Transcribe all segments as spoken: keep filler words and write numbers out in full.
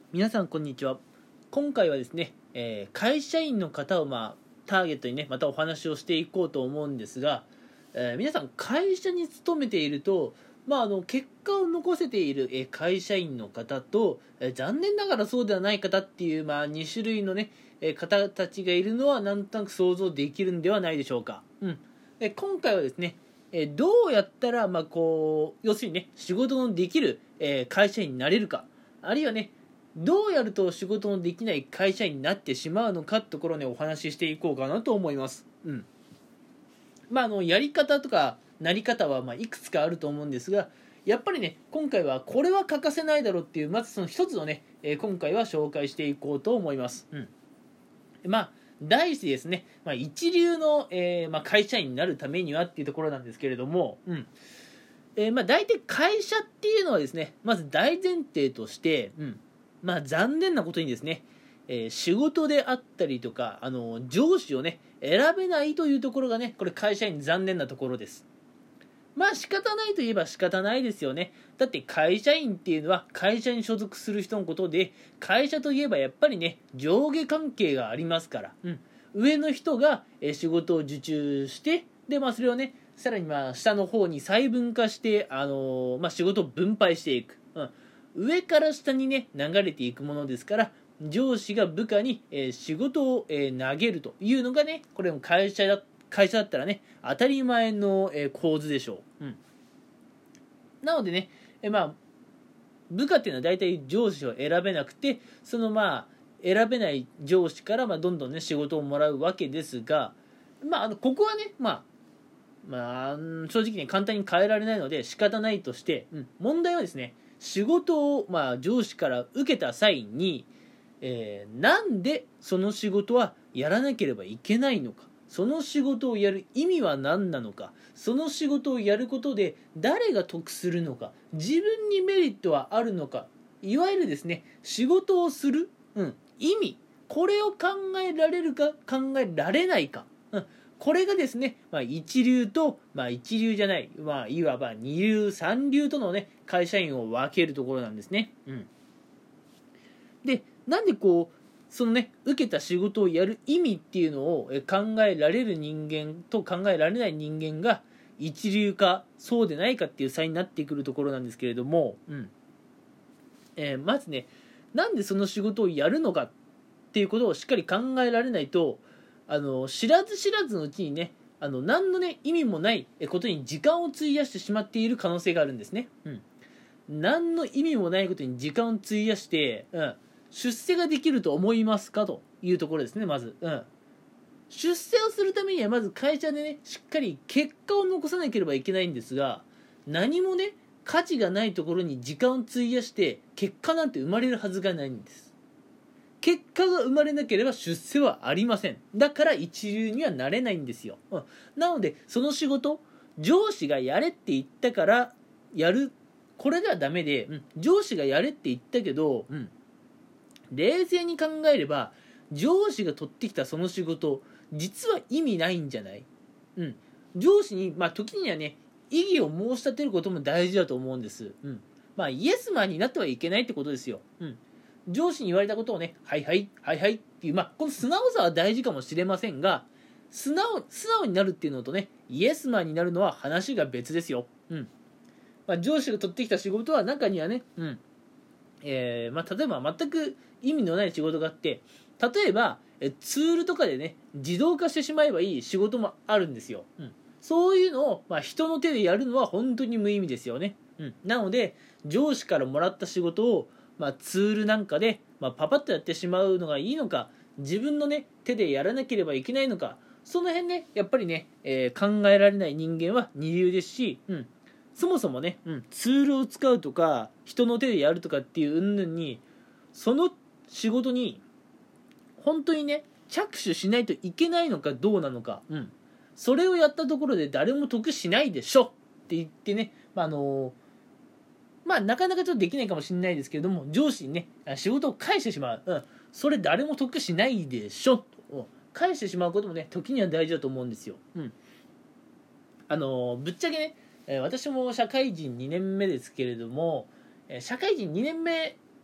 皆さんこんにちは。今回はですね、えー会社員の方をまあターゲットにねまたお話をしていこうと思うんですが、えー皆さん会社に勤めていると、まあ、あの結果を残せている、えー会社員の方と、えー残念ながらそうではない方っていう、まあ、に種類のね、えー方たちがいるのはなんとなく想像できるんではないでしょうか。うん、で今回はですね、えーどうやったら、まあ、こう要するにね仕事のできる、えー会社員になれるか、あるいはねどうやると仕事のできない会社員になってしまうのかってところをねお話ししていこうかなと思います。うん。まああのやり方とかなり方はまあいくつかあると思うんですが、やっぱりね今回はこれは欠かせないだろうっていうまずその一つをね、えー今回は紹介していこうと思います。うん。まあ第一ですね、まあ、一流の、えーまあ、会社員になるためにはっていうところなんですけれども、うんえーまあ、大体会社っていうのはですねまず大前提として、うんまあ、残念なことにですね、えー仕事であったりとかあの上司をね選べないというところがねこれ会社員残念なところです。まあ仕方ないといえば仕方ないですよね。だって会社員っていうのは会社に所属する人のことで、会社といえばやっぱりね上下関係がありますから、うん、上の人がえ仕事を受注してで、まあ、それをねさらにまあ下の方に細分化して、あのーまあ、仕事を分配していく、うん、上から下にね流れていくものですから、上司が部下に、えー仕事を、えー投げるというのがねこれも会社だ会社だったらね当たり前の、えー構図でしょう。うん、なのでね、えーまあ部下っていうのは大体上司を選べなくて、そのまあ選べない上司からまあどんどんね仕事をもらうわけですが、まああのここはねまあまあ正直に簡単に変えられないので仕方ないとして、うん、問題はですね仕事をまあ上司から受けた際に、えーなんでその仕事はやらなければいけないのか、その仕事をやる意味は何なのか、その仕事をやることで誰が得するのか、自分にメリットはあるのか、いわゆるですね仕事をする、うん、意味、これを考えられるか考えられないか、うん、これがですね、まあ、一流と、まあ、一流じゃない、まあ、いわば二流三流とのね会社員を分けるところなんですね。うん、でなんでこうそのね受けた仕事をやる意味っていうのを考えられる人間と考えられない人間が一流かそうでないかっていう差になってくるところなんですけれども、うんえーまずねなんでその仕事をやるのかっていうことをしっかり考えられないと、あの知らず知らずのうちにねあの何のね意味もないことに時間を費やしてしまっている可能性があるんですね。うん何の意味もないことに時間を費やして、うん、出世ができると思いますかというところですね。まず、うん、出世をするためにはまず会社でねしっかり結果を残さなければいけないんですが、何もね価値がないところに時間を費やして結果なんて生まれるはずがないんです。結果が生まれなければ出世はありません。だから一流にはなれないんですよ。うん、なのでその仕事上司がやれって言ったからやる、これではダメで、うん、上司がやれって言ったけど、うん、冷静に考えれば上司が取ってきたその仕事実は意味ないんじゃない、うん、上司にまあ時にはね異議を申し立てることも大事だと思うんです。うん、まあイエスマンになってはいけないってことですよ。うん、上司に言われたことをねはいはいはいはいっていう、まあこの素直さは大事かもしれませんが、素直素直になるっていうのとねイエスマンになるのは話が別ですよ。うんまあ、上司が取ってきた仕事は中にはね、うんえーまあ、例えば全く意味のない仕事があって、例えばえツールとかでね自動化してしまえばいい仕事もあるんですよ。うん、そういうのを、まあ、人の手でやるのは本当に無意味ですよね。うん、なので上司からもらった仕事を、まあ、ツールなんかで、まあ、パパッとやってしまうのがいいのか、自分のね手でやらなければいけないのか、その辺ねやっぱりね、えー考えられない人間は二流ですし、うんそもそもね、うん、ツールを使うとか人の手でやるとかっていう云々に、その仕事に本当にね着手しないといけないのかどうなのか、うん、それをやったところで誰も得しないでしょって言ってね、まあ、あのまあなかなかちょっとできないかもしれないですけれども、上司にね仕事を返してしまう、うん、それ誰も得しないでしょと返してしまうこともね時には大事だと思うんですよ。うん、あのぶっちゃけね私も社会人にねんめですけれども、社会人にねんめ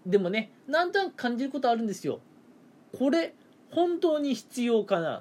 でもね、なんとなく感じることあるんですよ。これ本当に必要かなって。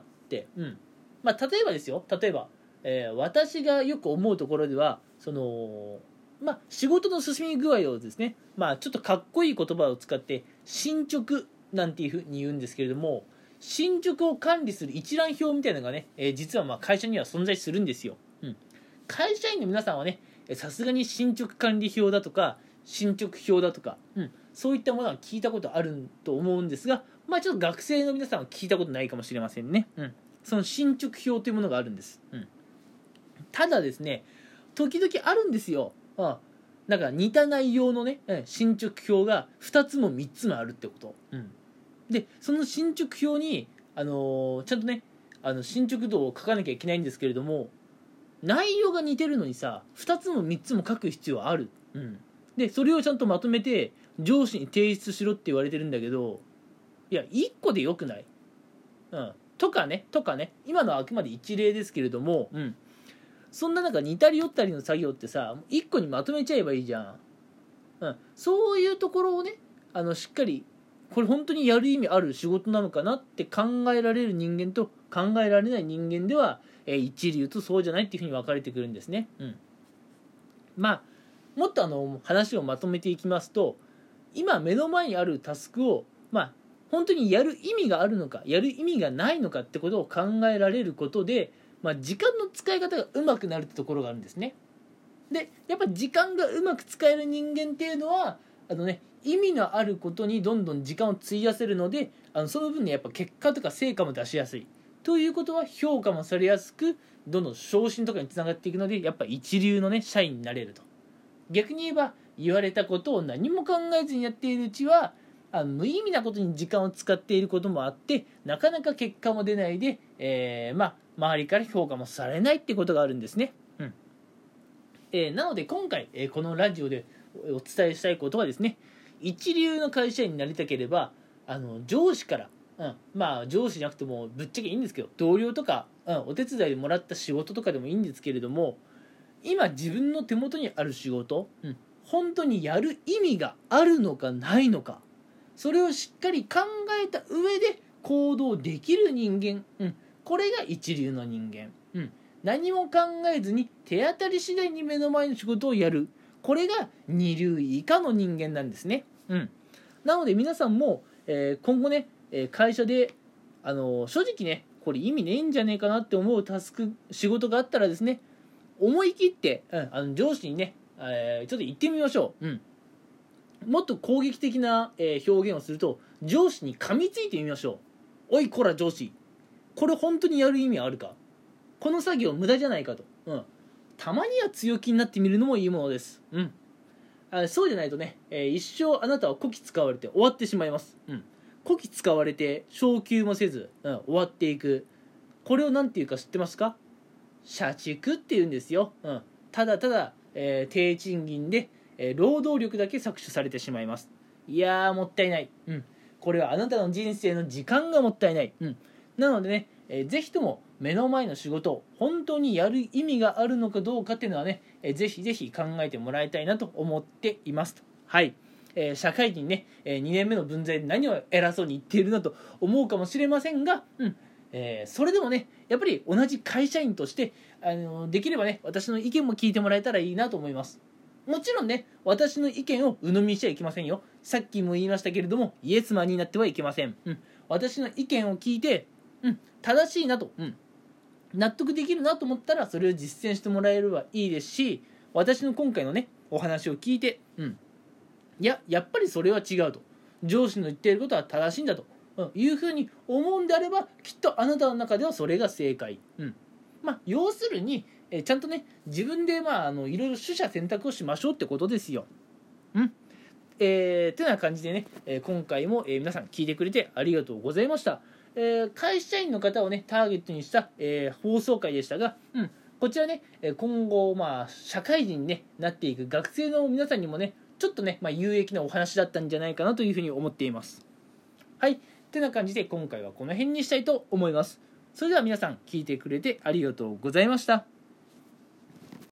うんまあ、例えばですよ、例えば、えー私がよく思うところでは、そのまあ、仕事の進み具合をですね、まあ、ちょっとかっこいい言葉を使って進捗なんていうふうに言うんですけれども、進捗を管理する一覧表みたいなのがね、えー実はまあ会社には存在するんですよ。うん、会社員の皆さんはね、さすがに進捗管理表だとか進捗表だとか、うん、そういったものは聞いたことあると思うんですが、まあ、ちょっと学生の皆さんは聞いたことないかもしれませんね。うん、その進捗表というものがあるんです。うん、ただですね、時々あるんですよ。あなんか似た内容のね、進捗表がふたつもみっつもあるってこと。うん、で、その進捗表に、あのーちゃんとね、あの進捗度を書かなきゃいけないんですけれども、内容が似てるのにさ、ふたつもみっつも書く必要ある。うん、で、それをちゃんとまとめて、上司に提出しろって言われてるんだけど、いや、いっこでよくない？うん。とかね、とかね、今のはあくまで一例ですけれども、うん。そんななんか似たり寄ったりの作業ってさ、いっこにまとめちゃえばいいじゃん。うん、そういうところをね、あのしっかりこれ本当にやる意味ある仕事なのかなって考えられる人間と考えられない人間では、えー一流とそうじゃないっていうふうに分かれてくるんですね。うん、まあもっとあの話をまとめていきますと、今目の前にあるタスクをまあ本当にやる意味があるのかやる意味がないのかってことを考えられることで、まあ、時間の使い方がうまくなるってところがあるんですね。でやっぱ時間がうまく使える人間っていうのはあのね意味のあることにどんどん時間を費やせるので、あのその分ねやっぱ結果とか成果も出しやすいということは評価もされやすく、どんどん昇進とかにつながっていくので、やっぱ一流のね社員になれると。逆に言えば言われたことを何も考えずにやっているうちはあの無意味なことに時間を使っていることもあって、なかなか結果も出ないで、えーまあ周りから評価もされないってことがあるんですね。うんえーなので今回、えーこのラジオでお伝えしたいことはですね、一流の会社員になりたければあの上司から、うん、まあ上司じゃなくてもぶっちゃけいいんですけど、同僚とか、うん、お手伝いでもらった仕事とかでもいいんですけれども、今自分の手元にある仕事、うん、本当にやる意味があるのかないのか、それをしっかり考えた上で行動できる人間、うん、これが一流の人間、うん、何も考えずに手当たり次第に目の前の仕事をやる、これが二流以下の人間なんですね。うん、なので皆さんも、えー今後ね、えー会社であのー正直ねこれ意味ねえんじゃねえかなって思うタスク仕事があったらですね、思い切って、うん、あの上司にね、えーちょっと言ってみましょう。うん、もっと攻撃的な、えー表現をすると、上司に噛みついてみましょう。おいこら上司、これ本当にやる意味あるか、この作業無駄じゃないかと、うん、たまには強気になってみるのもいいものです。うん、あそうじゃないとね、えー一生あなたはこき使われて終わってしまいます。うん、こき使われて昇給もせず、うん、終わっていく、これを何て言うか知ってますか？社畜って言うんですよ。うん、ただただ、えー低賃金で、えー労働力だけ搾取されてしまいます。いやーもったいない。うん、これはあなたの人生の時間がもったいない。うん、なのでね、えーぜひとも目の前の仕事を本当にやる意味があるのかどうかっていうのはね、えーぜひぜひ考えてもらいたいなと思っていますと。はい、えー社会人ね、えーにねんめの分際で何を偉そうに言っているなと思うかもしれませんが、うんえーそれでもねやっぱり同じ会社員としてあのできればね私の意見も聞いてもらえたらいいなと思います。もちろんね私の意見を鵜呑みにしちゃいけませんよ。さっきも言いましたけれどもイエスマンになってはいけません。うん、私の意見を聞いて、うん、正しいなと、うん、納得できるなと思ったらそれを実践してもらえればいいですし、私の今回のねお話を聞いて、うん、いややっぱりそれは違うと、上司の言っていることは正しいんだというふうに思うんであれば、きっとあなたの中ではそれが正解。うんまあ、要するに、えちゃんとね自分で、まあ、あのいろいろ取捨選択をしましょうってことですよ。うんえー、てな感じでね、えー今回も、えー皆さん聞いてくれてありがとうございました。えー会社員の方をねターゲットにした、えー放送回でしたが、うん、こちらねえー今後、まあ、社会人に、ね、なっていく学生の皆さんにもねちょっとね、まあ、有益なお話だったんじゃないかなというふうに思っています。はい、てな感じで今回はこの辺にしたいと思います。それでは皆さん聞いてくれてありがとうございました。